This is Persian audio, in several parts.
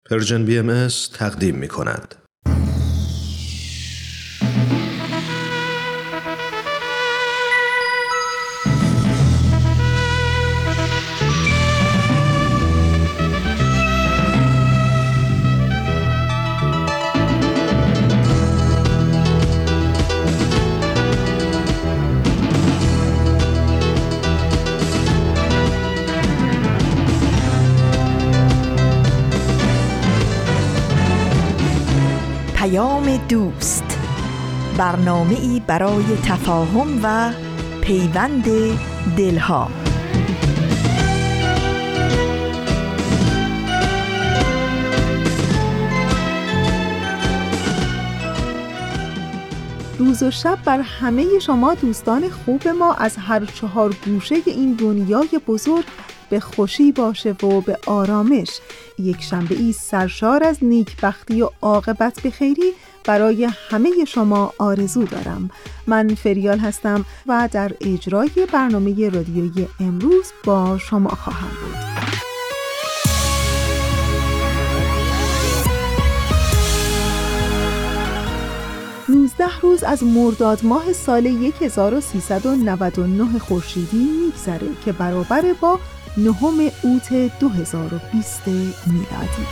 پرژن BMS تقدیم می کند. دوست، برنامه‌ای برای تفاهم و پیوند دلها. روز و شب بر همه شما دوستان خوب ما از هر 4 گوشه این دنیای بزرگ به خوشی باشه و به آرامش. یک شنبه ای سرشار از نیکبختی و عاقبت بخیری برای همه شما آرزو دارم. من فریال هستم و در اجرای برنامه رادیویی امروز با شما خواهم بود. 19 روز از مرداد ماه سال 1399 خورشیدی میگذره که برابر با 9 اوت 2020 میلادی.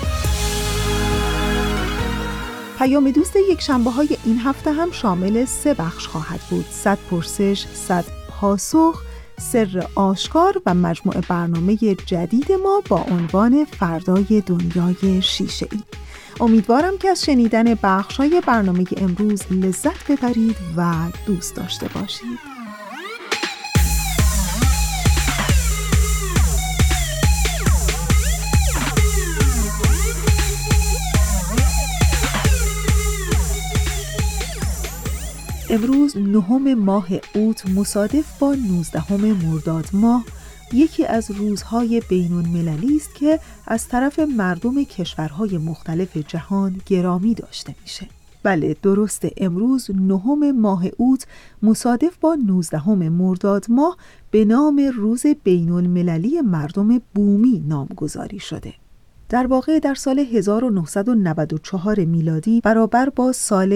پیام دوست یک شنبه های این هفته هم شامل 3 بخش خواهد بود: 100 پرسش، 100 پاسخ، سر آشکار و مجموعه برنامه جدید ما با عنوان فردای دنیای شیشه‌ای. امیدوارم که از شنیدن بخش‌های برنامه امروز لذت ببرید و دوست داشته باشید. امروز 9 ماه اوت مصادف با 19 مرداد ماه یکی از روزهای بین‌المللی است که از طرف مردم کشورهای مختلف جهان گرامی داشته میشه. بله درسته، امروز 9 ماه اوت مصادف با 19 مرداد ماه به نام روز بین‌المللی مردم بومی نامگذاری شده. در واقع در سال 1994 میلادی برابر با سال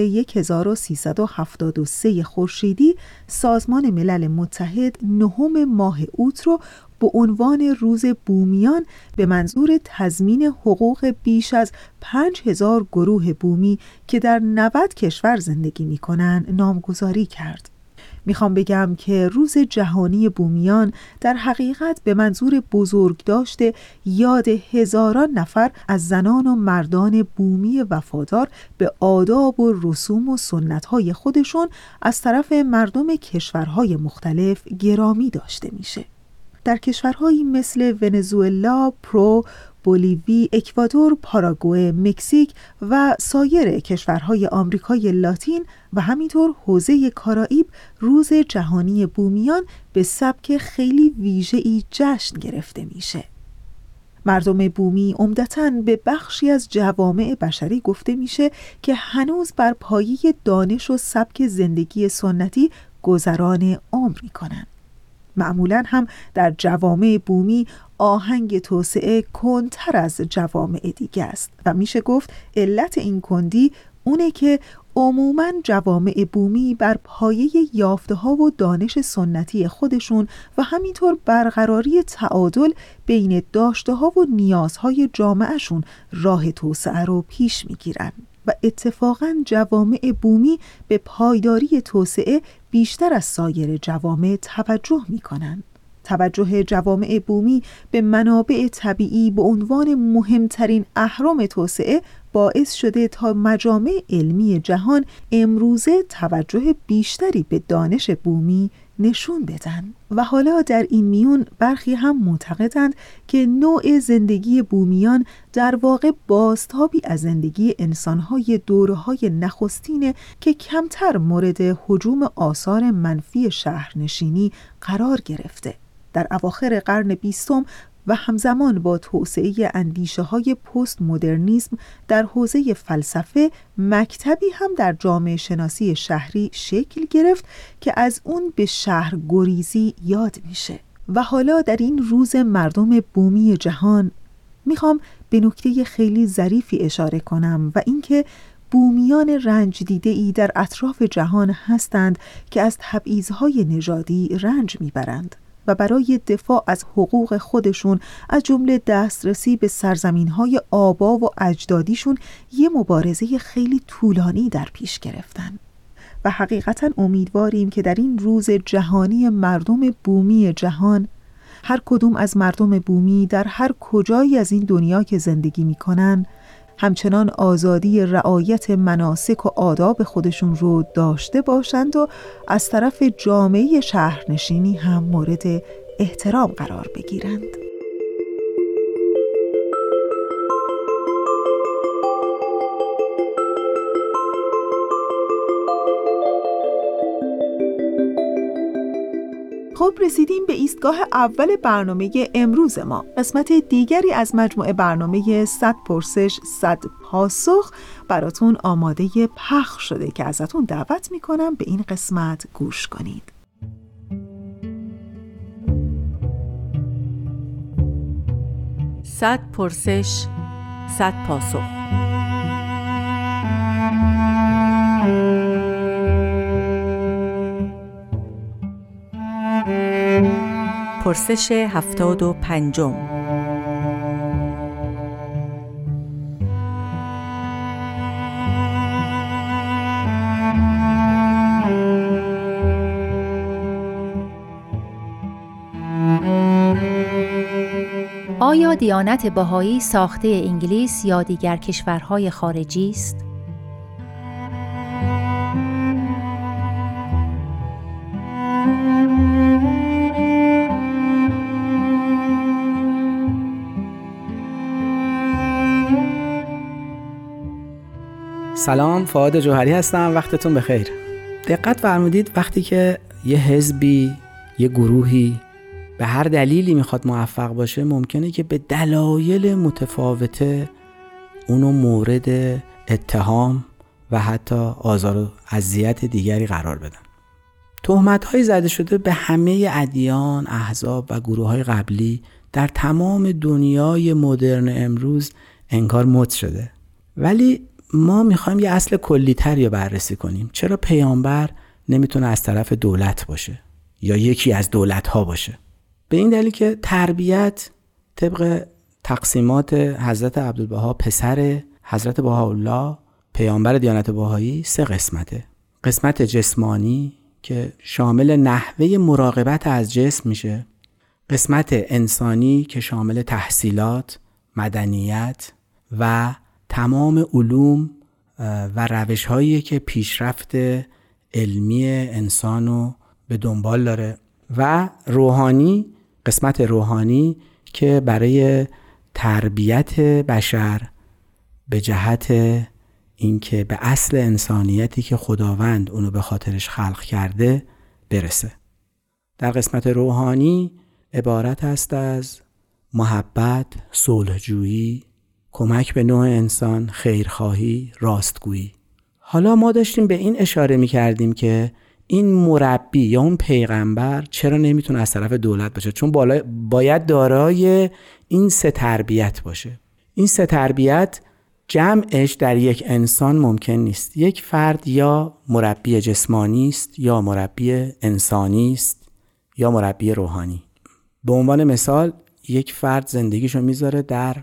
1373 خورشیدی سازمان ملل متحد 9 ماه اوت رو به عنوان روز بومیان به منظور تضمین حقوق بیش از 5000 گروه بومی که در 90 کشور زندگی می‌کنند نامگذاری کرد. میخوام بگم که روز جهانی بومیان در حقیقت به منظور بزرگداشت یاد هزاران نفر از زنان و مردان بومی وفادار به آداب و رسوم و سنت‌های خودشون از طرف مردم کشورهای مختلف گرامی داشته میشه. در کشورهایی مثل ونزوئلا، پرو، بولیوی، اکوادور، پاراگوئه، مکزیک و سایر کشورهای آمریکای لاتین و همینطور حوزه کارائیب روز جهانی بومیان به سبک خیلی ویژه‌ای جشن گرفته میشه. مردم بومی عمدتاً به بخشی از جوامع بشری گفته میشه که هنوز بر پایه دانش و سبک زندگی سنتی گذران عمر میکنن. معمولاً هم در جوامع بومی آهنگ توسعه کندتر از جوامع دیگه است و میشه گفت علت این کندی اونه که عموماً جوامع بومی بر پایه یافته‌ها و دانش سنتی خودشون و همینطور برقراری تعادل بین داشته‌ها و نیازهای جامعهشون راه توسعه رو پیش میگیرن و اتفاقاً جوامع بومی به پایداری توسعه بیشتر از سایر جوامع توجه میکنن. توجه جوامع بومی به منابع طبیعی به عنوان مهمترین اهرم توسعه باعث شده تا مجامع علمی جهان امروزه توجه بیشتری به دانش بومی نشون بدن. و حالا در این میون برخی هم معتقدند که نوع زندگی بومیان در واقع بازتابی از زندگی انسان‌های دوره‌های نخستینه که کمتر مورد هجوم آثار منفی شهرنشینی قرار گرفته. در اواخر قرن 20 و همزمان با توسعه اندیشه‌های پست مدرنیسم در حوزه فلسفه، مکتبی هم در جامعه شناسی شهری شکل گرفت که از اون به شهرگریزی یاد میشه. و حالا در این روز مردم بومی جهان میخوام به نکته خیلی ظریفی اشاره کنم و اینکه بومیان رنج دیده‌ای در اطراف جهان هستند که از تبعیض‌های نژادی رنج میبرند و برای دفاع از حقوق خودشون از جمله دسترسی به سرزمین‌های آبا و اجدادیشون یه مبارزه خیلی طولانی در پیش گرفتن. و حقیقتاً امیدواریم که در این روز جهانی مردم بومی جهان هر کدوم از مردم بومی در هر کجایی از این دنیا که زندگی میکنن همچنان آزادی رعایت مناسک و آداب خودشون رو داشته باشند و از طرف جامعه شهرنشینی هم مورد احترام قرار بگیرند. خب رسیدیم به ایستگاه اول برنامه امروز ما. قسمت دیگری از مجموعه برنامه 100 پرسش 100 پاسخ براتون آماده پخش شده که ازتون دعوت میکنم به این قسمت گوش کنید. 100 پرسش 100 پاسخ. پرسش 75. آیا دیانت بهایی ساخته انگلیس یا دیگر کشورهای خارجی است؟ سلام، فؤاد جوهری هستم. وقتتون بخیر. دقت فرمودید وقتی که یه حزبی، یه گروهی به هر دلیلی میخواد موفق باشه ممکنه که به دلایل متفاوته اونو مورد اتهام و حتی آزار و اذیت دیگری قرار بدن. تهمت‌های زده شده به همه ادیان، احزاب و گروه‌های قبلی در تمام دنیای مدرن امروز انگار مد شده. ولی ما میخوایم یه اصل کلی‌تری رو بررسی کنیم. چرا پیامبر نمیتونه از طرف دولت باشه یا یکی از دولت‌ها باشه؟ به این دلیل که تربیت طبق تقسیمات حضرت عبدالبها پسر حضرت بهاءالله پیامبر دیانت بهایی 3 قسمته. قسمت جسمانی که شامل نحوه مراقبت از جسم میشه، قسمت انسانی که شامل تحصیلات، مدنیت و تمام علوم و روش‌هایی که پیشرفت علمی انسانو به دنبال داره، و روحانی، قسمت روحانی که برای تربیت بشر به جهت اینکه به اصل انسانیتی که خداوند اونو به خاطرش خلق کرده برسه. در قسمت روحانی عبارت است از محبت، صلح‌جویی، کمک به نوع انسان، خیرخواهی، راستگویی. حالا ما داشتیم به این اشاره می‌کردیم که این مربی یا اون پیغمبر چرا نمیتونه از طرف دولت باشه؟ چون باید دارای این 3 تربیت باشه. این 3 تربیت جمعش در یک انسان ممکن نیست. یک فرد یا مربی جسمانی است، یا مربی انسانی است، یا مربی روحانی. به عنوان مثال یک فرد زندگیشو میذاره در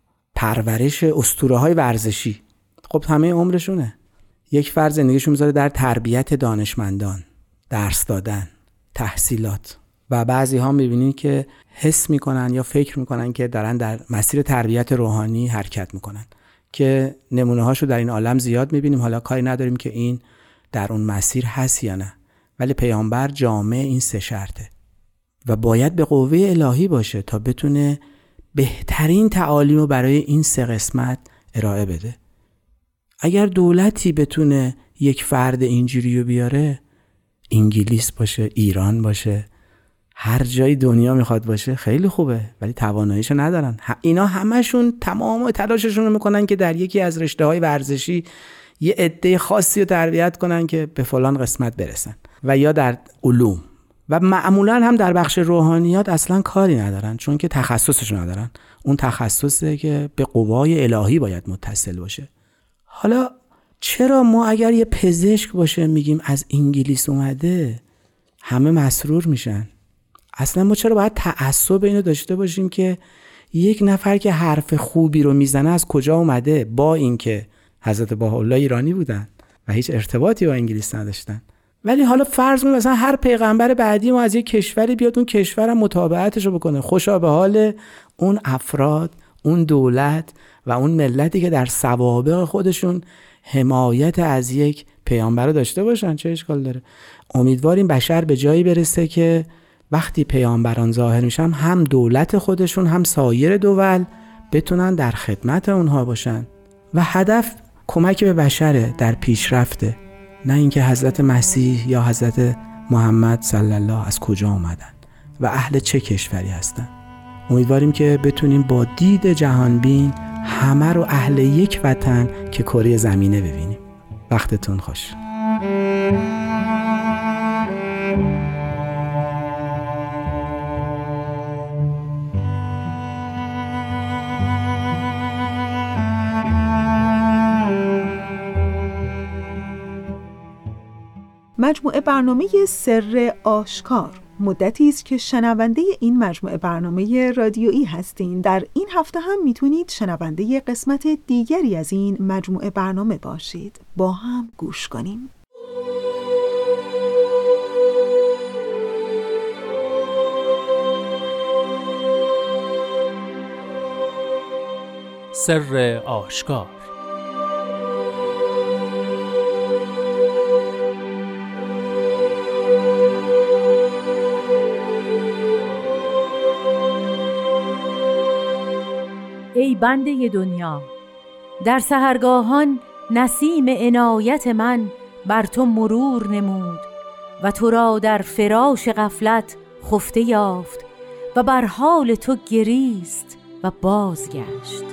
پرورش اسطوره‌های ورزشی، خب همه عمرشونه. یک فرد زندگیشو میذاره در تربیت دانشمندان، درس دادن، تحصیلات، و بعضی ها میبینید که حس میکنن یا فکر میکنن که دارن در مسیر تربیت روحانی حرکت میکنن که نمونه هاشو در این عالم زیاد میبینیم. حالا کاری نداریم که این در اون مسیر هست یا نه، ولی پیامبر جامع این 3 شرطه و باید به قوه الهی باشه تا بتونه بهترین تعالیم رو برای این 3 قسمت ارائه بده. اگر دولتی بتونه یک فرد اینجوری رو بیاره، انگلیس باشه، ایران باشه، هر جای دنیا میخواد باشه، خیلی خوبه، ولی تواناییشو ندارن. اینا همشون تمام تلاششون رو میکنن که در یکی از رشته‌های ورزشی یه عده خاصی رو تربیت کنن که به فلان قسمت برسن، و یا در علوم و معمولا هم در بخش روحانیات اصلا کاری ندارن، چون که تخصصشون ندارن. اون تخصصه که به قوای الهی باید متصل باشه. حالا چرا ما اگر یه پزشک باشه میگیم از انگلیس اومده همه مسرور میشن؟ اصلا ما چرا باید تعصب اینو داشته باشیم که یک نفر که حرف خوبی رو میزنه از کجا اومده، با اینکه حضرت بهاءالله ایرانی بودن و هیچ ارتباطی با انگلیس نداشتن؟ ولی حالا فرض کنیم مثلا هر پیغمبر بعدی ما از یک کشوری بیاد اون کشورم متابعتشو بکنه، خوشا به حال اون افراد، اون دولت و اون ملتی که در سوابق خودشون حمایت از یک پیامبر داشته باشن، چه اشکال داره؟ امیدواریم بشر به جایی برسه که وقتی پیامبران ظاهر میشن هم دولت خودشون هم سایر دول بتونن در خدمت اونها باشن و هدف کمک به بشره در پیشرفته، نه اینکه حضرت مسیح یا حضرت محمد صلی الله از کجا اومدن و اهل چه کشوری هستن. امیدواریم که بتونیم با دید جهانبین همه رو اهل یک وطن که کره زمینه ببینیم. وقتتون خوش. مجموعه برنامه سر آشکار مدتی است که شنونده این مجموعه برنامه رادیویی هستین. در این هفته هم میتونید شنونده قسمت دیگری از این مجموعه برنامه باشید. با هم گوش کنیم. سر آشکار. ای بنده دنیا، در سحرگاهان نسیم عنایت من بر تو مرور نمود و تو را در فراش غفلت خفته یافت و بر حال تو گریست و بازگشت.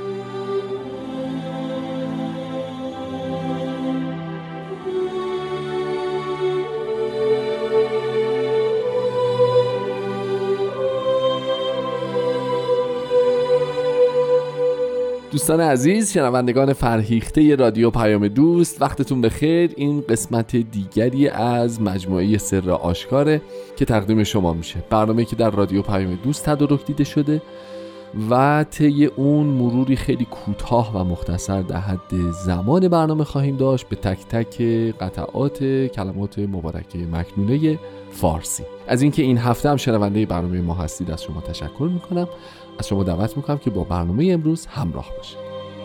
دوستان عزیز، شنوندگان فرهیخته رادیو پیام دوست، وقتتون بخیر. این قسمت دیگری از مجموعه سر آشکاره که تقدیم شما میشه. برنامه‌ای که در رادیو پیام دوست تدارک دیده شده و طی اون مروری خیلی کوتاه و مختصر در حد زمان برنامه خواهیم داشت به تک تک قطعات کلمات مبارکه مکنونه فارسی. از اینکه این هفته هم شنونده برنامه ما هستید از شما تشکر میکنم. از شما دعوت میکنم که با برنامه امروز همراه باشید.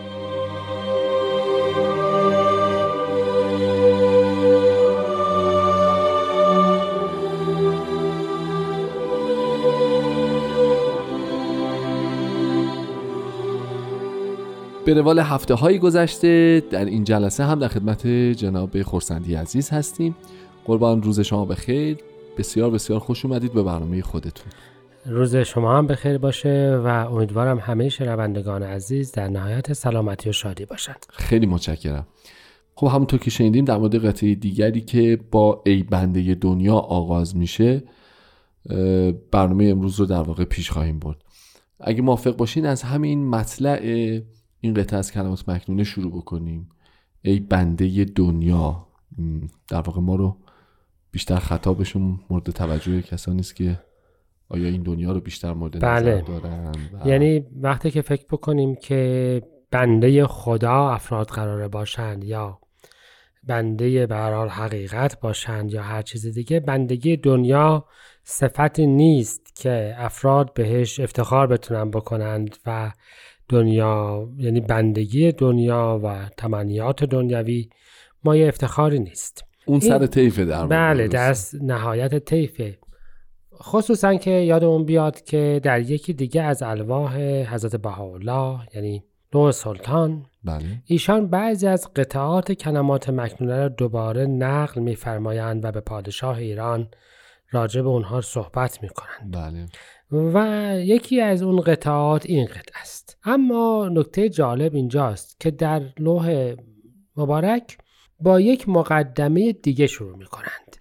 به روال هفته های گذشته در این جلسه هم در خدمت جناب خورسندی عزیز هستیم. قربان روز شما بخیر. بسیار بسیار خوش اومدید به برنامه خودتون. روز شما هم بخیر باشه و امیدوارم همه شنوندگان عزیز در نهایت سلامتی و شادی باشند. خیلی متشکرم. خب همونطور که شنیدیم در مورد قطعه دیگری که با ای بنده دنیا آغاز میشه برنامه امروز رو در واقع پیش خواهیم برد. اگه موافق باشین از همین مطلع این قطعه از کلمات مکنونه شروع بکنیم. ای بنده دنیا، در واقع ما رو بیشتر خطابشون مورد توجه کسانی است که آیا این دنیا رو بیشتر مورد نظر دارن یعنی وقتی که فکر بکنیم که بنده خدا افراد قراره باشند یا بنده به هر حال حقیقت باشند یا هر چیز دیگه، بندگی دنیا صفتی نیست که افراد بهش افتخار بتونن بکنند و دنیا، یعنی بندگی دنیا و تمنیات دنیوی مایه افتخاری نیست. اون سر طیفه در بله، در نهایت طیفه. خصوصا که یادمون بیاد که در یکی دیگه از الواح حضرت بهاءالله یعنی نوح سلطان، بله، ایشان بعضی از قطعات کلمات مکنونه را دوباره نقل می‌فرمایند و به پادشاه ایران راجع به اونها صحبت می‌کنند. بله. و یکی از اون قطعات این قطعه است. اما نکته جالب اینجاست که در لوح مبارک با یک مقدمه دیگه شروع می‌کنند.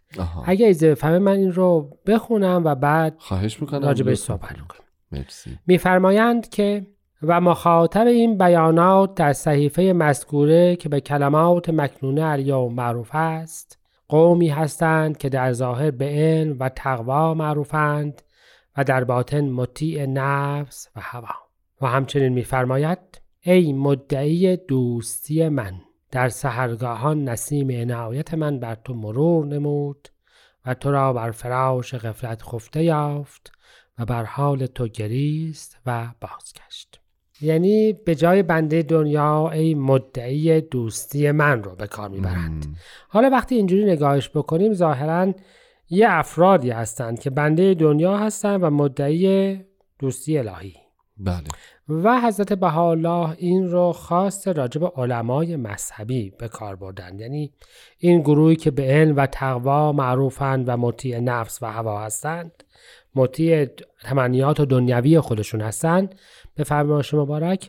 اگه اجازه بفرمایید من این رو بخونم و بعد خواهش میکنم راجع بهش صحبت کنیم. مرسی. میفرمایند که و مخاطب این بیانات در صحیفه مذکوره که به کلمات مکنونه الیوم معروف است، قومی هستند که در ظاهر به علم و تقوا معروفند و در باطن مطیع نفس و هوا. و همچنین میفرماید ای مدعی دوستی من، در سحرگاهان نسیم عنایت من بر تو مرور نمود و تو را بر فراش غفلت خفته یافت و بر حال تو گریست و بازگشت. یعنی به جای بنده دنیا ای مدعی دوستی من رو به کار میبرند. حالا وقتی اینجوری نگاهش بکنیم ظاهراً یه افرادی هستند که بنده دنیا هستند و مدعی دوستی الهی. بله. و حضرت بهاءالله این رو خاص راجب علمای مذهبی به کار بردن، یعنی این گروهی که به علم و تقوا معروفند و مطیع نفس و هوا هستند، مطیع تمنیات و دنیوی خودشون هستند، به فرمایش مبارک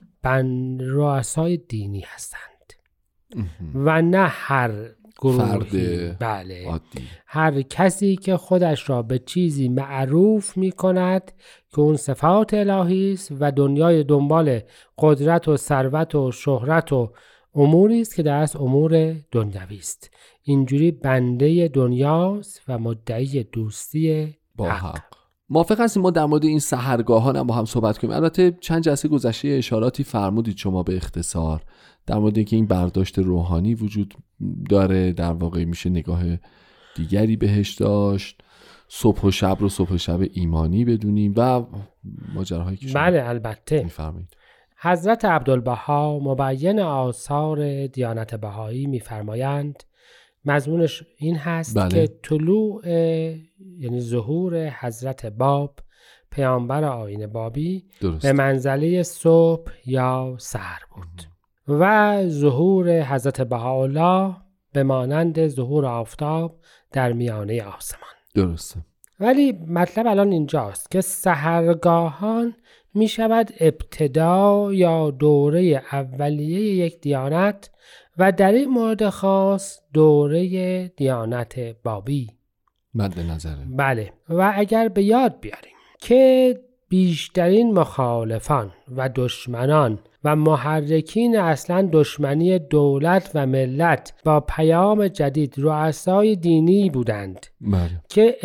رؤسای دینی هستند و نه هر گروهی، بله، عادی. هر کسی که خودش را به چیزی معروف می کند که اون صفات الهی است و دنیای دنبال قدرت و ثروت و شهرت و اموری است که در اصل امور دنیوی است. اینجوری بنده دنیاست و مدعی دوستی با حق. موافق هستیم ما در مورد این سحرگاهان هم با هم صحبت کنیم؟ البته چند جلسه گذشته اشاراتی فرمودید شما به اختصار در مورد اینکه این برداشت روحانی وجود داره، در واقع میشه نگاه دیگری بهش داشت، صبح و شب رو صبح و شب ایمانی بدونیم و ماجراهایی که شما بله البته میفرمایید. حضرت عبدالبها مبین آثار دیانت بهایی میفرمایند مضمونش این هست بله. که طلوع یعنی ظهور حضرت باب پیامبر آیین بابی درست. به منزله صبح یا سحر بود و ظهور حضرت بهاءالله به مانند ظهور آفتاب در میانه آسمان. درسته. ولی مطلب الان اینجاست که سحرگاهان می شود ابتدا یا دوره اولیه یک دیانت و در این مورد خاص دوره دیانت بابی مد نظره. بله. و اگر به یاد بیاریم که بیشترین مخالفان و دشمنان و محرکین اصلا دشمنی دولت و ملت با پیام جدید رؤسای دینی بودند بله. که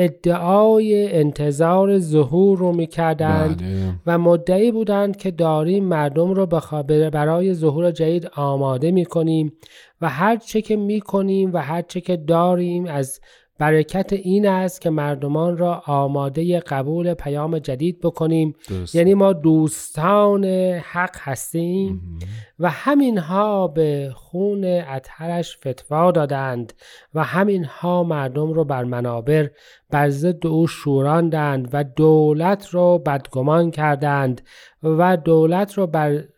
ادعای انتظار ظهور رو میکردند بله. و مدعی بودند که داریم مردم رو برای ظهور جدید آماده میکنیم و هر چه که میکنیم و هر چه که داریم از برکت این است که مردمان را آماده قبول پیام جدید بکنیم. درست. یعنی ما دوستان حق هستیم و همینها به خون اطهرش فتوا دادند و همینها مردم رو بر منابر بر ضد او شوراندند و دولت رو بدگمان کردند و دولت رو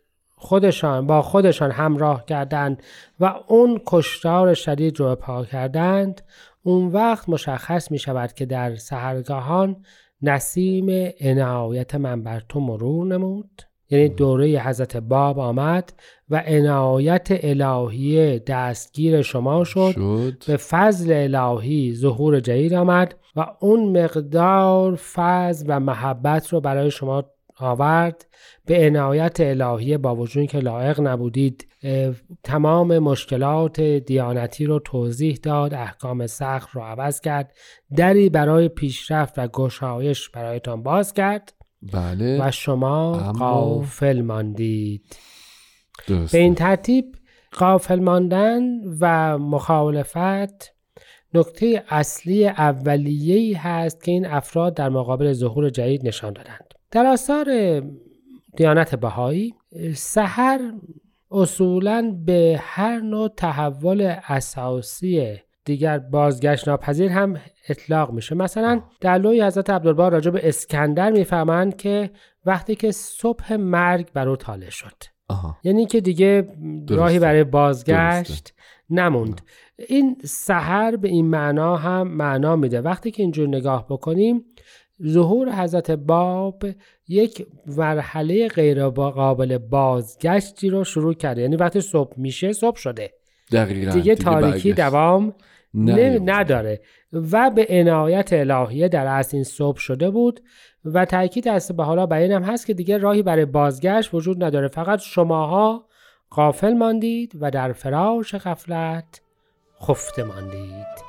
با خودشان همراه کردند و اون کشتار شدید رو پا کردند. اون وقت مشخص می شود که در سحرگاهان نسیم عنایت من بر تو مرور نمود، یعنی دوره حضرت باب آمد و عنایت الهی دستگیر شما شد. به فضل الهی ظهور جدید آمد و اون مقدار فضل و محبت رو برای شما آورد. به عنایت الهی با وجود که لایق نبودید تمام مشکلات دیانتی رو توضیح داد، احکام سخت رو عوض کرد، دری برای پیشرفت و گشایش برایتان باز کرد. بله. و شما غافل ماندید. درسته. به این ترتیب غافل ماندن و مخالفت نکته اصلی اولیه‌ای هست که این افراد در مقابل ظهور جدید نشان دادند. در آثار دیانت بهایی سحر اصولاً به هر نوع تحول اساسی دیگر بازگشت ناپذیر هم اطلاق میشه. مثلا در لوح حضرت عبدالبها راجع به اسکندر میفهمند که وقتی که صبح مرگ بر او طالع شد، یعنی که دیگه راهی برای بازگشت نموند. این سحر به این معنا هم معنا میده. وقتی که اینجور نگاه بکنیم ظهور حضرت باب یک مرحله غیر قابل بازگشتی رو شروع کرده. یعنی وقتی صبح میشه صبح شده. دیگه تاریکی دوام نداره و به عنایت الهیه در اصل این صبح شده بود و تأکید دست به حالا بر این هم هست که دیگه راهی برای بازگشت وجود نداره، فقط شماها غافل ماندید و در فراش غفلت خفته ماندید.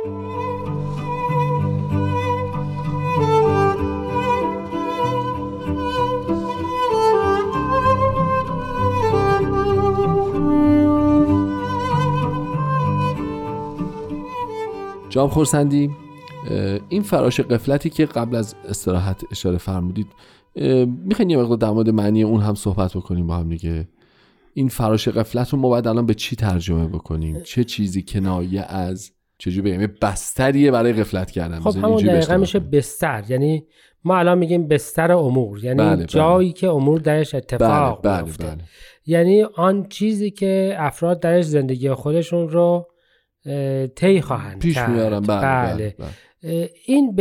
جناب خورسندی، این فراش غفلتی که قبل از استراحت اشاره فرمودید، میخواین یه مقدار در مورد معنی اون هم صحبت بکنیم با هم دیگه؟ این فراش غفلت رو ما باید الان به چی ترجمه بکنیم؟ چه چیزی کنایه از چجوری بگیم بستریه برای غفلت کردن؟ خب همون دقیقا میشه بستر، یعنی ما الان میگیم بستر امور، یعنی جایی که امور درش اتفاق میفته. یعنی آن چیزی که افراد درش زندگی خودشون رو طی خواهند پیش میارن. بله. این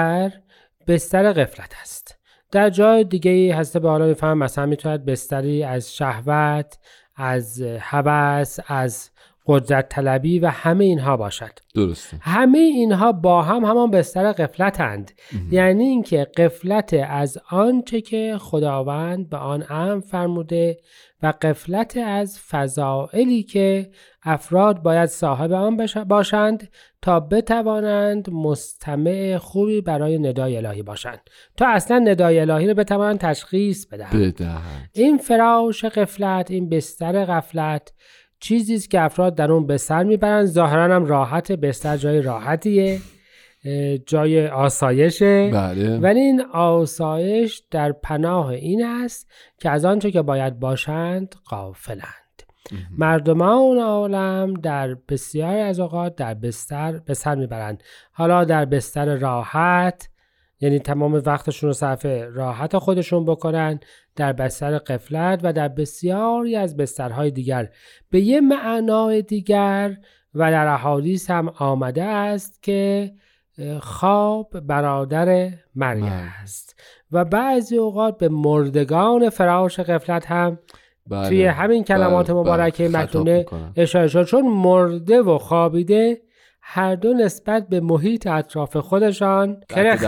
بستر غفلت است. در جای دیگه هست به حالا میفهم، مثلا میتواند بستری از شهوت، از هوس، از قدرت طلبی و همه اینها باشد. درسته. همه اینها با هم همان بستر غفلتند. یعنی اینکه غفلت از آنچه که خداوند به آن امر فرموده و غفلت از فضائلی که افراد باید صاحب آن باشند تا بتوانند مستمع خوبی برای ندای الهی باشند، تا اصلا ندای الهی رو بتوانند تشخیص بدهند. این فراش غفلت، این بستر غفلت چیزی است که افراد در اون به سر میبرند. ظاهرا هم راحت، بستر جای راحتیه، جای آسایشه. بله. ولی این آسایش در پناه این است که از آنچه که باید باشند غافلند. مردمان عالم در بسیاری از اوقات در بستر به سر میبرند، حالا در بستر راحت، یعنی تمام وقتشون رو صرف راحت خودشون بکنن، در بستر غفلت و در بسیاری از بسترهای دیگر. به یه معنای دیگر و در احادیث هم آمده است که خواب برادر مرگ است و بعضی اوقات به مردگان فراش غفلت هم توی همین کلمات مبارکه مکنونه اشاره شد، چون مرده و خوابیده هر دو نسبت به محیط اطراف خودشان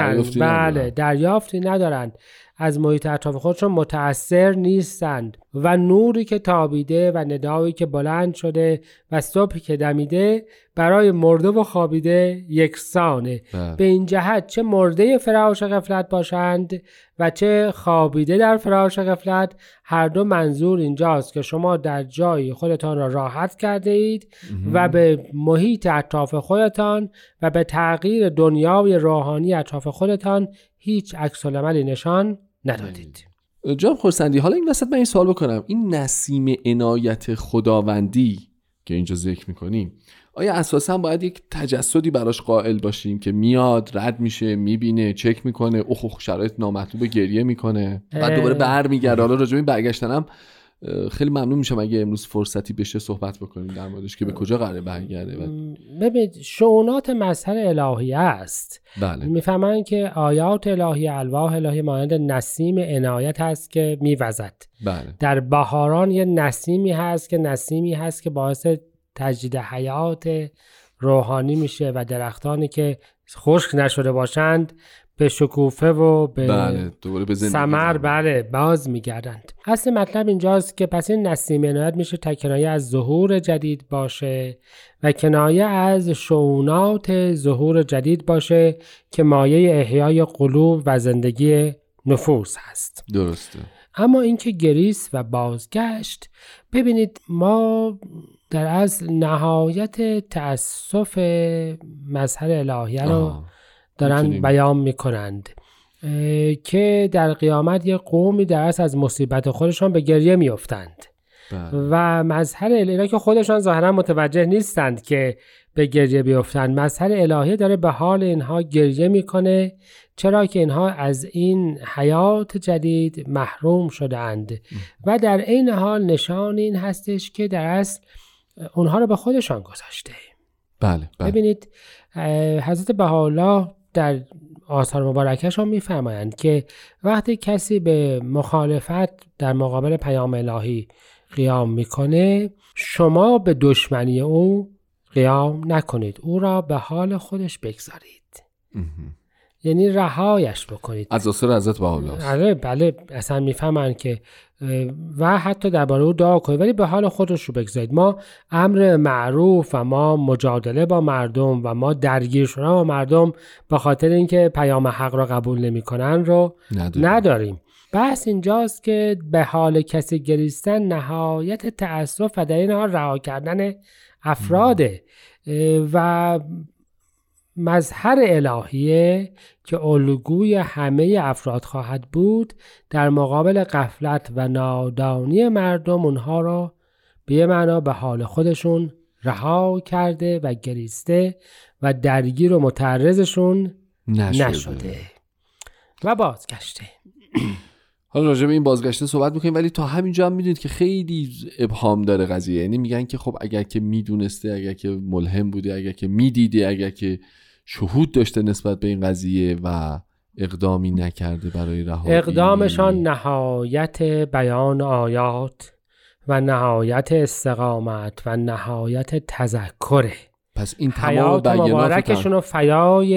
دریافتی ندارند، از محیط اطراف خودشون متأثر نیستند و نوری که تابیده و ندایی که بلند شده و صبحی که دمیده برای مرده و خوابیده یکسانه. به این جهت چه مرده فراش غفلت باشند و چه خوابیده در فراش غفلت، هر دو منظور اینجاست که شما در جای خودتان را راحت کرده اید و به محیط اطراف خودتان و به تغییر دنیای روحانی اطراف خودتان هیچ عکس العملی نشان ندادید. جناب خورسندی، حالا این وسط من این سوال بکنم، این نسیم عنایت خداوندی که اینجا ذکر میکنیم، آیا اساسا باید یک تجسدی براش قائل باشیم که میاد، رد میشه، میبینه، چک میکنه، شرایط نامطلوب گریه میکنه، بعد دوباره برمیگرده؟ حالا راجع به این برگشتنم خیلی ممنون میشم اگه امروز فرصتی بشه صحبت بکنیم در موردش که به کجا قراره برگرده. ببینید، شؤونات مظهر الهیه است. بله. میفهمن که آیات الهیه، الواح الهی مانند نسیم عنایت هست که میوزد. بله. در بهاران یه نسیمی هست که باعث تجدید حیات روحانی میشه و درختانی که خشک نشده باشند به شکوفه و به ثمر باز میگردند. اصل مطلب اینجاست که پس این نسیم عنایت میشه کنایه از ظهور جدید باشه و کنایه از شؤونات ظهور جدید باشه که مایه احیای قلوب و زندگی نفوس هست. درسته. اما اینکه گریست و بازگشت، ببینید ما در اصل نهایت تأسف مظهر الهیه رو دارن بیان میکنند که در قیامت یه قومی در اصل از مصیبت خودشان به گریه میافتند و مظهر الهی که خودشان ظاهرا متوجه نیستند که به گریه بیافتند، مظهر الهی داره به حال اینها گریه میکنه، چرا که اینها از این حیات جدید محروم شدند و در این حال نشان این هستش که در اصل اونها رو به خودشان گذاشته. بله. ببینید حضرت بهاءالله در آثار مبارکشان میفرمایند که وقتی کسی به مخالفت در مقابل پیام الهی قیام میکنه، شما به دشمنی او قیام نکنید، او را به حال خودش بگذارید. یعنی رهایش بکنید. از اصول حضرت بهاءالله. آره بله، اصلا میفهمن که و حتی درباره او دعا کنید ولی به حال خودش رو بگذارید. ما امر معروف و ما مجادله با مردم و ما درگیر شدن با مردم به خاطر اینکه پیام حق را قبول نمی‌کنن رو نداریم. بحث اینجاست که به حال کسی گریستن نهایت تأسف و در این حال رها کردن افراده و مظهر الهیه که الگوی همه افراد خواهد بود در مقابل غفلت و نادانی مردم، اونها را به یه معنا به حال خودشون رها کرده و گریسته و درگیر و متعرضشون نشده و بازگشته. حالا راجع به این بازگشته صحبت میکنیم ولی تا همینجا هم میدونید که خیلی ابهام داره قضیه. یعنی میگن که خب اگر که میدونسته، اگر که ملهم بوده، اگر که میدیده، اگر که شهود داشته نسبت به این قضیه و اقدامی نکرده برای رهایی، اقدامشان نهایت بیان آیات و نهایت استقامت و نهایت تذکره. پس این حیات مبارکشون رو فیای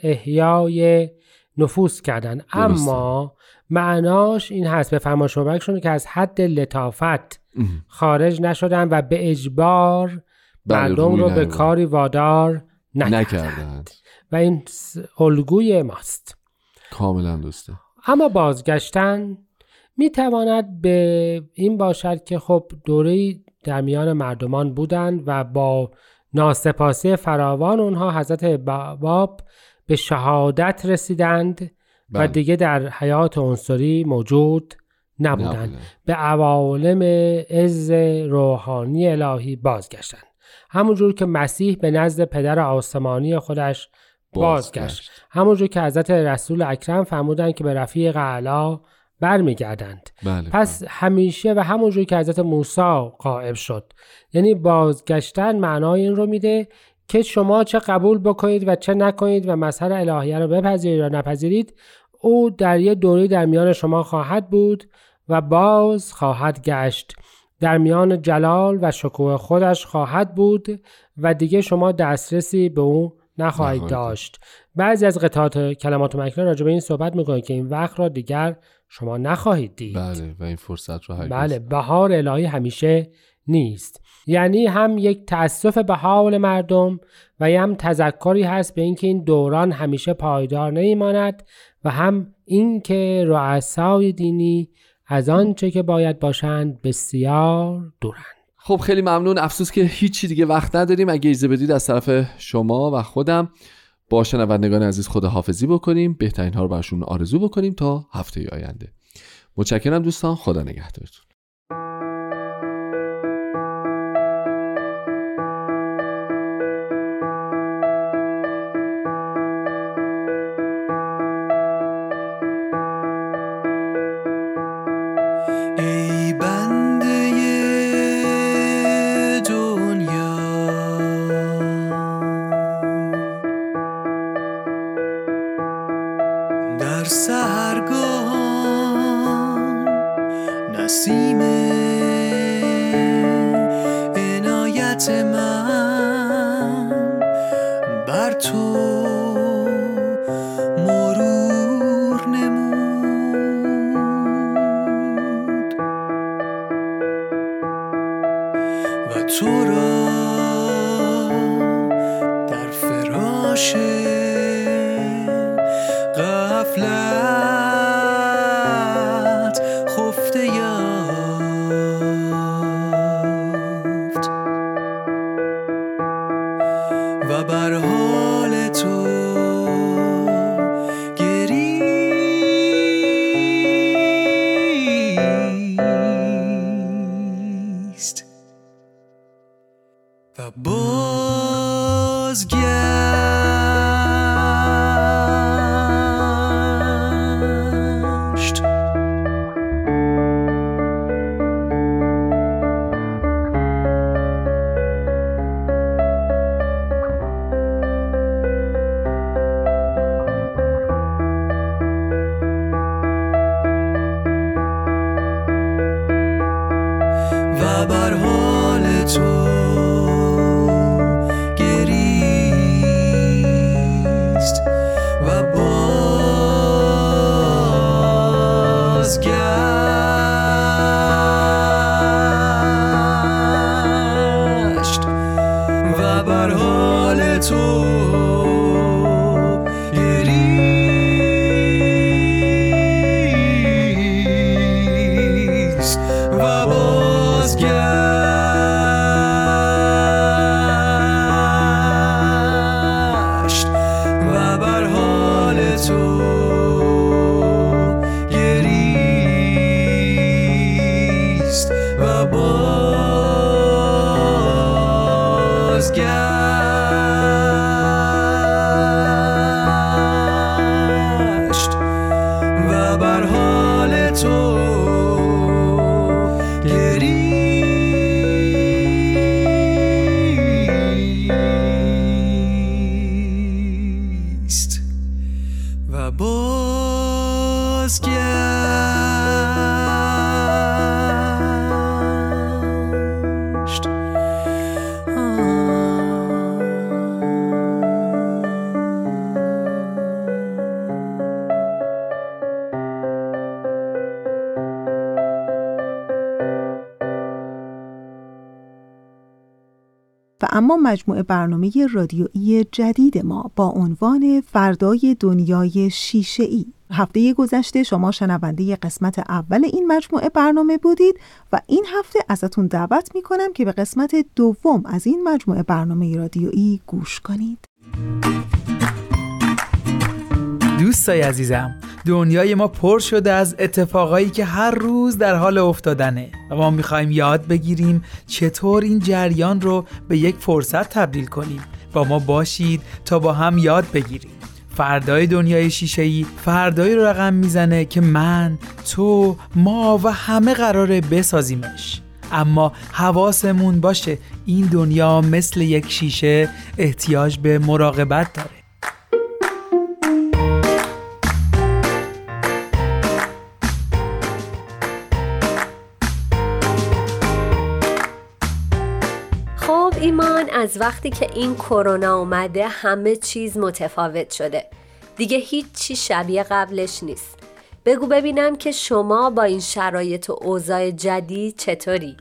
احیای نفوس کردن. اما معناش این هست به فرمایش مبارکشون که از حد لطافت خارج نشدن و به اجبار مردم رو به کاری وادار نکردند و این الگوی ماست. کاملا درسته. اما بازگشتن میتواند به این باشد که خب دوره‌ای در میان مردمان بودند و با ناسپاسی فراوان اونها حضرت باب به شهادت رسیدند و دیگه در حیات عنصری موجود نبودند. به عوالم عز روحانی الهی بازگشتند، همونجور که مسیح به نزد پدر آسمانی خودش بازگشت، همونجور که حضرت رسول اکرم فرمودند که به رفیق اعلی برمیگردند. پس همیشه و همونجور که حضرت موسی غائب شد. یعنی بازگشتن معنای این رو میده که شما چه قبول بکنید و چه نکنید و مظهر الهیه رو بپذیرید یا نپذیرید، او در یه دوری در میان شما خواهد بود و باز خواهد گشت، در میان جلال و شکوه خودش خواهد بود و دیگه شما دسترسی به او نخواهید داشت. بعضی از قطعات کلمات مکنون راجع به این صحبت میکنه که این وقت را دیگر شما نخواهید دید. بله و این فرصت رو هرگز. بله، بهار الهی همیشه نیست. یعنی هم یک تأسف به حال مردم و هم تذکری هست به اینکه این دوران همیشه پایدار نمیماند و هم اینکه رؤسای دینی از آنچه که باید باشند بسیار دورند. خب خیلی ممنون. افسوس که هیچی دیگه وقت نداریم. اگه اجازه بدید از طرف شما و خودم با شنوندگان عزیز خداحافظی بکنیم، بهترین ها رو برشون آرزو بکنیم تا هفته آینده. متشکرم دوستان، خدا نگهدارتون. نسیم عنایت من بر تو مرور نمود و تو را در فراش غفلت خفته یافت و بر حال تو گریست و بازگشت. و تو گریست و بازگشت و بر حال تو گریست و بازگشت و بر حال تو گریست و بازگشت. و اما مجموعه برنامه رادیویی جدید ما با عنوان فردای دنیای شیشه‌ای. هفته گذشته شما شنونده قسمت اول این مجموعه برنامه بودید و این هفته ازتون دعوت میکنم که به قسمت دوم از این مجموعه برنامه رادیویی گوش کنید. دوستای عزیزم، دنیای ما پر شده از اتفاقایی که هر روز در حال افتادنه و ما میخوایم یاد بگیریم چطور این جریان رو به یک فرصت تبدیل کنیم. با ما باشید تا با هم یاد بگیریم. فردای دنیای شیشه‌ای فردایی رو رقم میزنه که من، تو، ما و همه قراره بسازیمش. اما حواسمون باشه این دنیا مثل یک شیشه احتیاج به مراقبت داره. ایمان، از وقتی که این کرونا اومده همه چیز متفاوت شده. دیگه هیچ چی شبیه قبلش نیست. بگو ببینم که شما با این شرایط و اوضاع جدید چطوری؟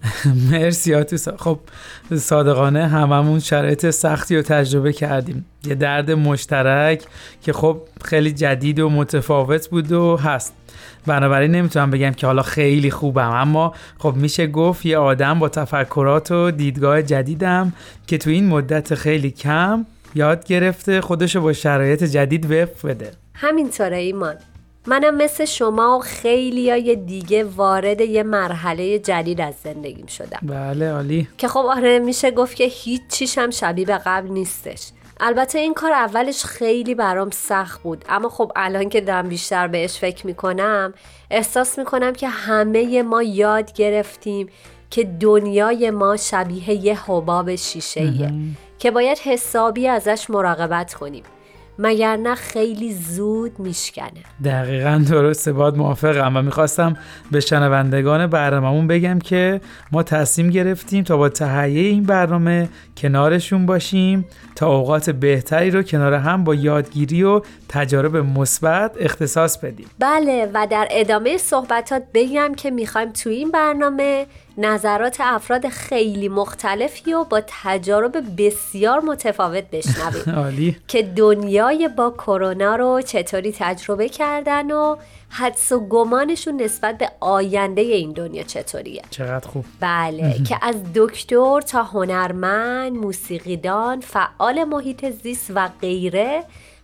مرسی آتوسا. خب صادقانه هممون شرایط سختی رو تجربه کردیم. یه درد مشترک که خب خیلی جدید و متفاوت بود و هست. بنابراین نمیتونم بگم که حالا خیلی خوبم، اما خب میشه گفت یه آدم با تفکرات و دیدگاه جدیدم که تو این مدت خیلی کم یاد گرفته خودشو با شرایط جدید وفق بده. همینطوره ایمان. منم مثل شما و خیلیای دیگه وارد یه مرحله جدید از زندگیم شدم. بله عالی. که خب آره میشه گفت که هیچ چیش هم شبیه به قبل نیستش. البته این کار اولش خیلی برام سخت بود، اما خب الان که دارم بیشتر بهش فکر میکنم احساس میکنم که همه ما یاد گرفتیم که دنیای ما شبیه یه حباب شیشه‌ایه که باید حسابی ازش مراقبت کنیم، مگر نه خیلی زود میشکنه. دقیقاً درسته، باید موافقم و میخواستم به شنوندگان برنامه‌مون بگم که ما تصمیم گرفتیم تا با تهیه این برنامه کنارشون باشیم تا اوقات بهتری رو کنار هم با یادگیری و تجارب مثبت اختصاص بدیم. بله، و در ادامه صحبتات بگم که میخوایم تو این برنامه نظرات افراد خیلی مختلفی و با تجارب بسیار متفاوت بشنویم. عالی. که دنیای با کرونا رو چطوری تجربه کردن و حدس و گمانشون نسبت به آینده این دنیا چطوریه. چقدر خوب. بله که از دکتر تا هنرمند، موسیقیدان، فعال محیط زیست و غیره،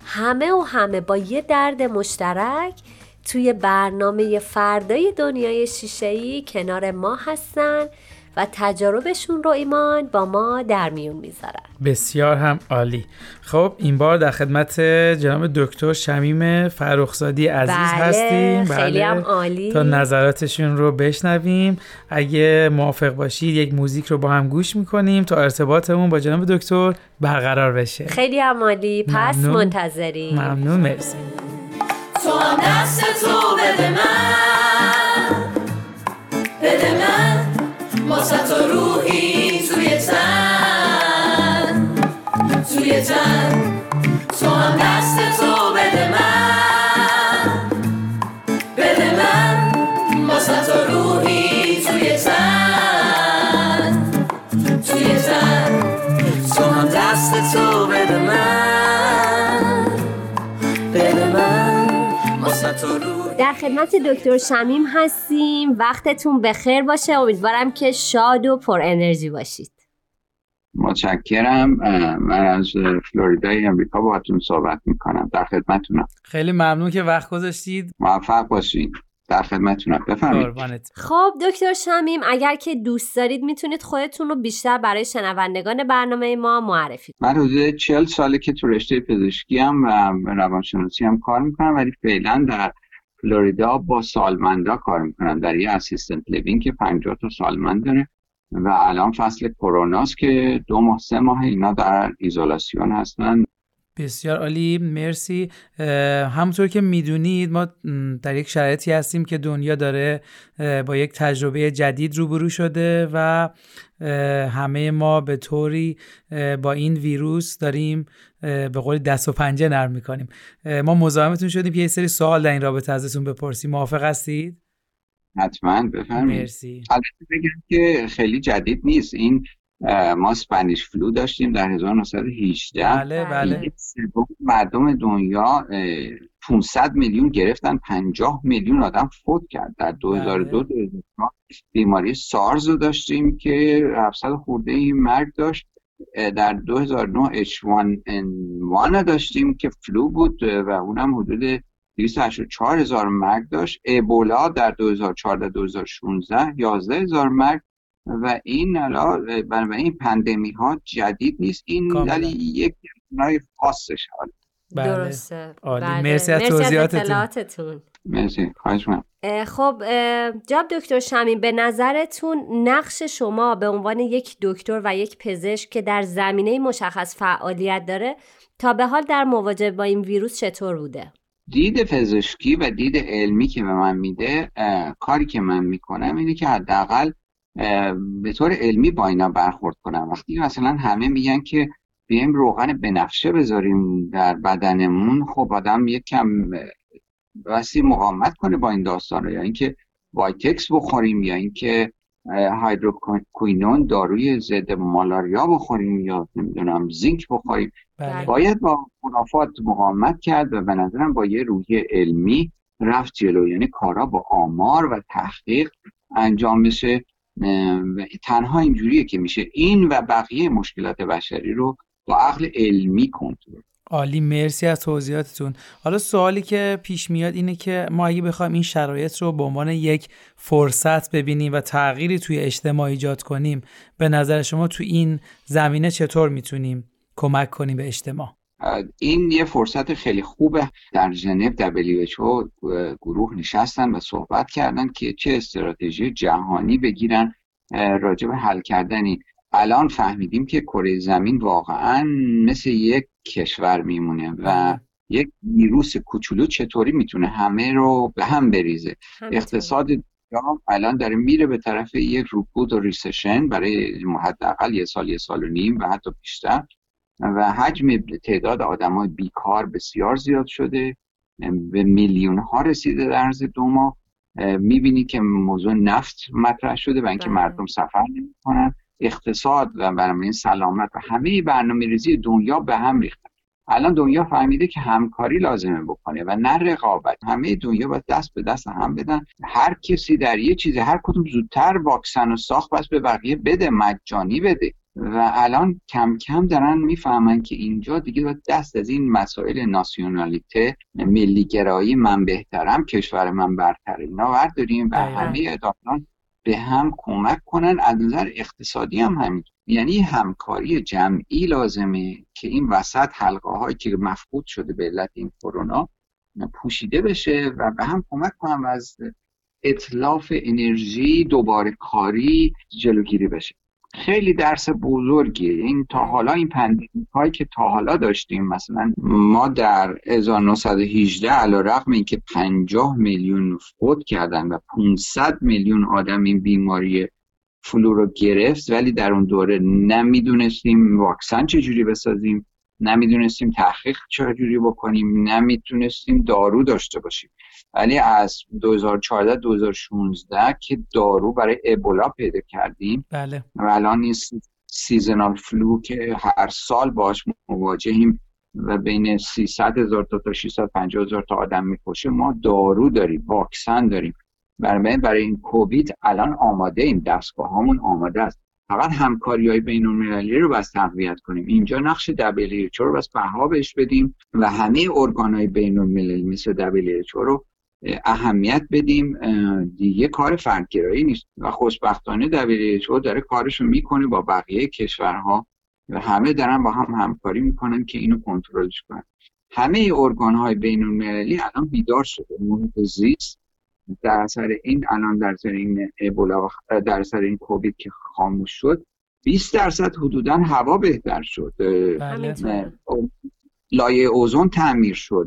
همه با یه درد مشترک توی برنامه فردای دنیای شیشه‌ای کنار ما هستن و تجاربشون رو ایمان با ما در میون میذارن. بسیار هم عالی. خب این بار در خدمت جناب دکتر شمیم فرخزادی عزیز هستیم. خیلی هم عالی. تا نظراتشون رو بشنویم. اگه موافق باشید یک موزیک رو با هم گوش میکنیم تا ارتباطمون با جناب دکتر برقرار بشه. خیلی هم عالی. پس منتظریم. ممنون، مرسی. تو هم دست تو بده من واسه تو روحی توی تن تو هم دست تو بده من واسه تو روحی توی تن تو هم دست تو بده من، بده من واسه تو روح. در خدمت دکتر شمیم هستیم. وقتتون بخیر باشه. امیدوارم که شاد و پر انرژی باشید. متشکرم. من از فلوریدای امریکا باهاتون صحبت میکنم. در خدمتونم. خیلی ممنون که وقت گذاشتید. موفق باشید. در خدمتونم. بفرمایید. خب دکتر شمیم، اگر که دوست دارید میتونید خودتون رو بیشتر برای شنوندگان برنامه ما معرفی کنید. من حدود 40 ساله که تو رشته پزشکی ام و روانشناسی هم کار میکنم، ولی فعلا در فلوریدا با سالمندا کار میکنم در یه اسیستنت لیوینگ که 50 تا سالمند داره و الان فصل کروناست که 2 ماه 3 ماه اینا در ایزولاسیون هستن. بسیار عالی، مرسی. همونطور که میدونید ما در یک شرایطی هستیم که دنیا داره با یک تجربه جدید روبرو شده و همه ما به طوری با این ویروس داریم به قول دست و پنجه نرم میکنیم. ما مزاحمتون شدیم که یه سری سوال در این رابطه ازتون بپرسیم. موافق هستید؟ حتما بفرمایید. مرسی. البته بگم که خیلی جدید نیست. این ما اسپانیش فلو داشتیم در 1918. بله. مردم دنیا 500 میلیون گرفتن، 50 میلیون آدم فوت کرد. در 2002 بیماری سارز رو داشتیم که 700 خورده این مرگ داشت. در 2009 H1N1 داشتیم که فلو بود و اونم حدود 284,000 مرگ داشت. ایبولا در 2014-2016 11,000 مرگ و این این پندمی ها جدید نیست. این ولی یک نوع خاصش حاله. درسته. عالی. مرسی از توضیحاتتون. مرسی. خواهش می‌کنم. خب جناب دکتر شمیم، به نظرتون نقش شما به عنوان یک دکتر و یک پزشک که در زمینه مشخص فعالیت داره تا به حال در مواجهه با این ویروس چطور بوده؟ دید پزشکی و دید علمی که به من میده، کاری که من میکنم اینه که حداقل به طور علمی با اینا برخورد کنم. وقتی مثلا همه میگن که بیایم روغن بنفشه بذاریم در بدنمون، خب آدم یک کم بسی مقاومت کنه با این داستان، یا اینکه وایتکس بخوریم، یا اینکه هایدروکوینون داروی ضد مالاریا بخوریم، یا نمیدونم زینک بخوریم. باید با خرافات مقاومت کرد و به نظرم با یه روحیه علمی رفت جلو، یعنی کارا با آمار و تحقیق انجام بشه. تنها اینجوریه که میشه این و بقیه مشکلات بشری رو با عقل علمی کنترل. عالی، مرسی از توضیحاتتون. حالا سوالی که پیش میاد اینه که ما اگه بخوایم این شرایط رو به عنوان یک فرصت ببینیم و تغییری توی اجتماع ایجاد کنیم، به نظر شما تو این زمینه چطور میتونیم کمک کنیم به اجتماع؟ این یه فرصت خیلی خوبه. در ژنو WHO گروه نشستن و صحبت کردن که چه استراتژی جهانی بگیرن راجع به حل کردن این. الان فهمیدیم که کره زمین واقعا مثل یک کشور میمونه و یک ویروس کوچولو چطوری میتونه همه رو به هم بریزه. اقتصاد الان داره میره به طرف یک رکود و ریسشن برای حداقل یه سال و نیم و حتی بیشتر، و حجم تعداد آدمای بیکار بسیار زیاد شده، به میلیون ها رسیده در عرض 2 ماه. میبینی که موضوع نفت مطرح شده و اینکه مردم سفر نمی‌کنن. اقتصاد و برنامه سلامت و همه برنامه‌ریزی دنیا به هم ریخته. الان دنیا فهمیده که همکاری لازمه بکنه و نه رقابت. همه دنیا باید دست به دست هم بدن. هر کسی در یه چیزی، هر کدوم زودتر واکسن رو ساخت بس به بقیه بده، مجانی بده. و الان کم کم دارن میفهمن که اینجا دیگه باید دست از این مسائل ناسیونالیته، ملیگرایی، من بهترم، کشور من برتره، اینا برداریم و همه اداران به هم کمک کنن. از نظر اقتصادی هم همین، یعنی همکاری جمعی لازمه که این وسط حلقه هایی که مفقود شده به علت این کرونا پوشیده بشه و به هم کمک کنن و از اتلاف انرژی، دوباره کاری جلوگیری بشه. خیلی درس بزرگیه این. تا حالا این پندمیک هایی که تا حالا داشتیم، مثلا ما در 1918 علیرغم اینکه 50 میلیون فوت کردن و 500 میلیون آدم این بیماری فلو رو گرفت، ولی در اون دوره نمیدونستیم واکسن چجوری بسازیم، نمیدونستیم تحقیق چجوری بکنیم، نمیتونستیم دارو داشته باشیم. ولی از 2014-2016 که دارو برای ایبولا پیدا کردیم، بله. و الان این سیزنال فلو که هر سال باش مواجهیم و بین 300,000 تا 650,000 تا آدم میکشه، ما دارو داریم، واکسن داریم. برای این کووید الان آماده ایم، دستگاهامون آماده است. فقط همکاری‌های بین‌المللی رو بس تقویت کنیم. اینجا نقش WHO رو بس بها بهش بدیم و همه ارگان‌های بین‌المللی مثل WHO رو اهمیت بدیم. دیگه کار فردگرایی نیست و خوشبختانه WHO داره کارشو میکنه با بقیه کشورها و همه دارن با هم همکاری میکنن که اینو کنترلش کنن. همه ارگان‌های بین‌المللی الان بیدار شده. محیط زیست در اثر این ابولا و در اثر این کووید که خاموش شد 20% حدوداً هوا بهتر شد. لایه اوزون تعمیر شد.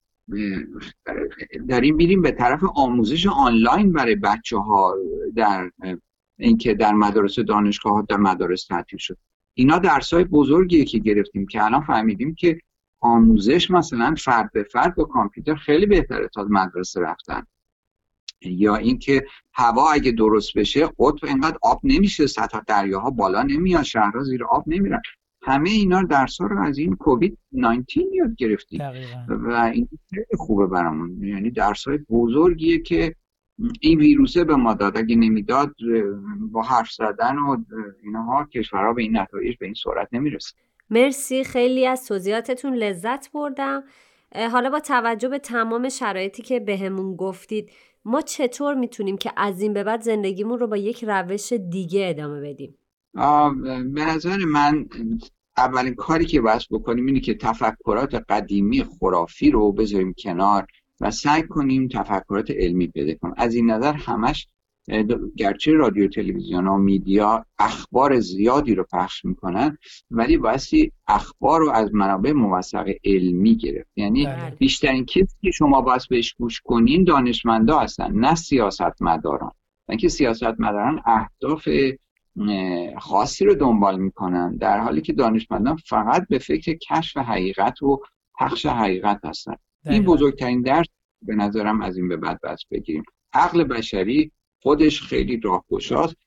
داریم میریم به طرف آموزش آنلاین برای بچه‌ها، در اینکه در مدارس دانشگاه‌ها در مدارس تعطیل شد. اینا درس‌های بزرگیه که گرفتیم که الان فهمیدیم که آموزش مثلا فرد به فرد با کامپیوتر خیلی بهتره تا مدرسه رفتن. یا اینکه هوا اگه درست بشه قطب اینقدر آب نمیشه، سطح دریاها بالا نمیاد، شهرها زیر آب نمیرن. همه اینا درس‌ها رو از این کووید 19 یاد گرفتیم و این خیلی خوبه برامون. یعنی درس‌های بزرگیه که این ویروسه به ما داد. اگه نمیداد با حرف زدن و اینها کشورها به این نتایج به این سرعت نمیرسه. مرسی، خیلی از توضیحاتتون لذت بردم. حالا با توجه به تمام شرایطی که بهمون گفتید، ما چطور میتونیم که از این به بعد زندگیمون رو با یک روش دیگه ادامه بدیم؟ به نظر من اولین کاری که باید بکنیم اینه که تفکرات قدیمی خرافی رو بذاریم کنار و سعی کنیم تفکرات علمی پیدا کنیم. از این نظر همش گرچه رادیو، تلویزیون و میدیا اخبار زیادی رو پخش میکنن، ولی بایستی اخبار رو از منابع موثق علمی گرفت. یعنی بیشترین کسی که شما باید بهش گوش کنین دانشمندا هستن، نه سیاستمداران. اینکه سیاستمداران اهداف خاصی رو دنبال میکنن، در حالی که دانشمندان فقط به فکر کشف حقیقت و پخش حقیقت هستن. این بزرگترین درس به نظرم از این به بعد بس بگیریم. عقل بشری خودش خیلی راهگشاست.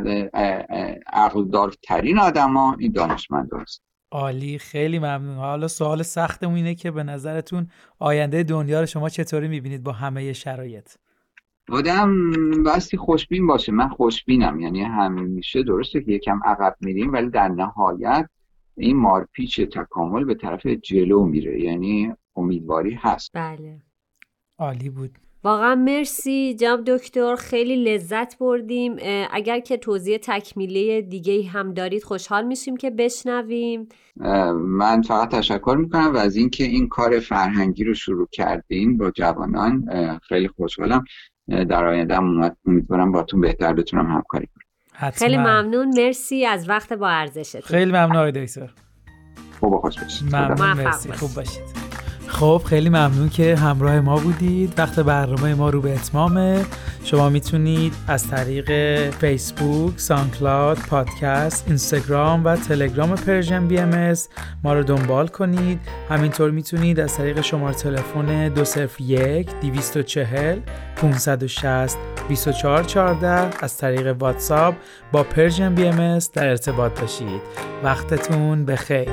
عقل دارترین آدما این دانشمندا هست. عالی، خیلی ممنون. حالا سوال سختمون اینه که به نظرتون آینده دنیا رو شما چطوری میبینید با همه شرایط؟ آدم باستی خوشبین باشه. من خوشبینم، یعنی همیشه درسته که یکم عقب میریم ولی در نهایت این مارپیچ تکامل به طرف جلو میره، یعنی امیدواری هست. بله، عالی بود. واقعا مرسی جناب دکتر، خیلی لذت بردیم. اگر که توضیح تکمیلی دیگه هم دارید خوشحال میشیم که بشنویم. من فقط تشکر میکنم و از اینکه این کار فرهنگی رو شروع کردین با جوانان خیلی خوشحالم. در آینده امیدوارم باتون بهتر بتونم همکاری کنم. خیلی ممنون، مرسی از وقت با ارزشتون. خیلی ممنون آقای دکتر. خوب و خوش باشید. ممنون، مرسی، خوب باشید. خب خیلی ممنون که همراه ما بودید. وقت برنامه ما رو به اتمامه. شما میتونید از طریق فیسبوک، ساندکلاود، پادکست، اینستاگرام و تلگرام پرژن BMS ما رو دنبال کنید. همینطور میتونید از طریق شماره تلفن 201-240-560-2414 از طریق واتساپ با پرژن BMS در ارتباط باشید. وقتتون بخیر.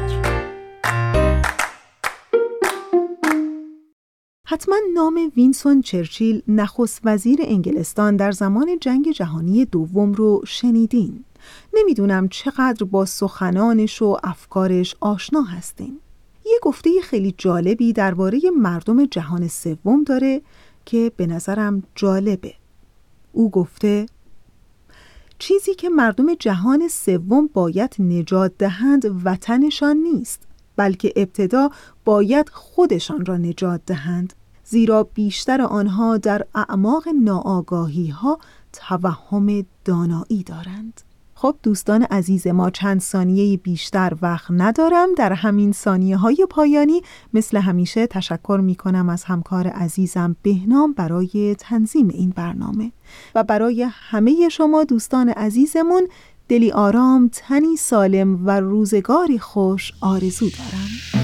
حتما نام وینستون چرچیل، نخست وزیر انگلستان در زمان جنگ جهانی دوم رو شنیدین. نمیدونم چقدر با سخنانش و افکارش آشنا هستین. یه گفته خیلی جالبی درباره مردم جهان سوم داره که به نظرم جالبه. او گفته چیزی که مردم جهان سوم باید نجات دهند وطنشان نیست، بلکه ابتدا باید خودشان را نجات دهند، زیرا بیشتر آنها در اعماق ناآگاهی ها توهم دانایی دارند. خب دوستان عزیز ما، چند ثانیه بیشتر وقت ندارم. در همین ثانیه های پایانی مثل همیشه تشکر می کنم از همکار عزیزم بهنام برای تنظیم این برنامه و برای همه شما دوستان عزیزمون دلی آرام، تنی سالم و روزگاری خوش آرزو دارم.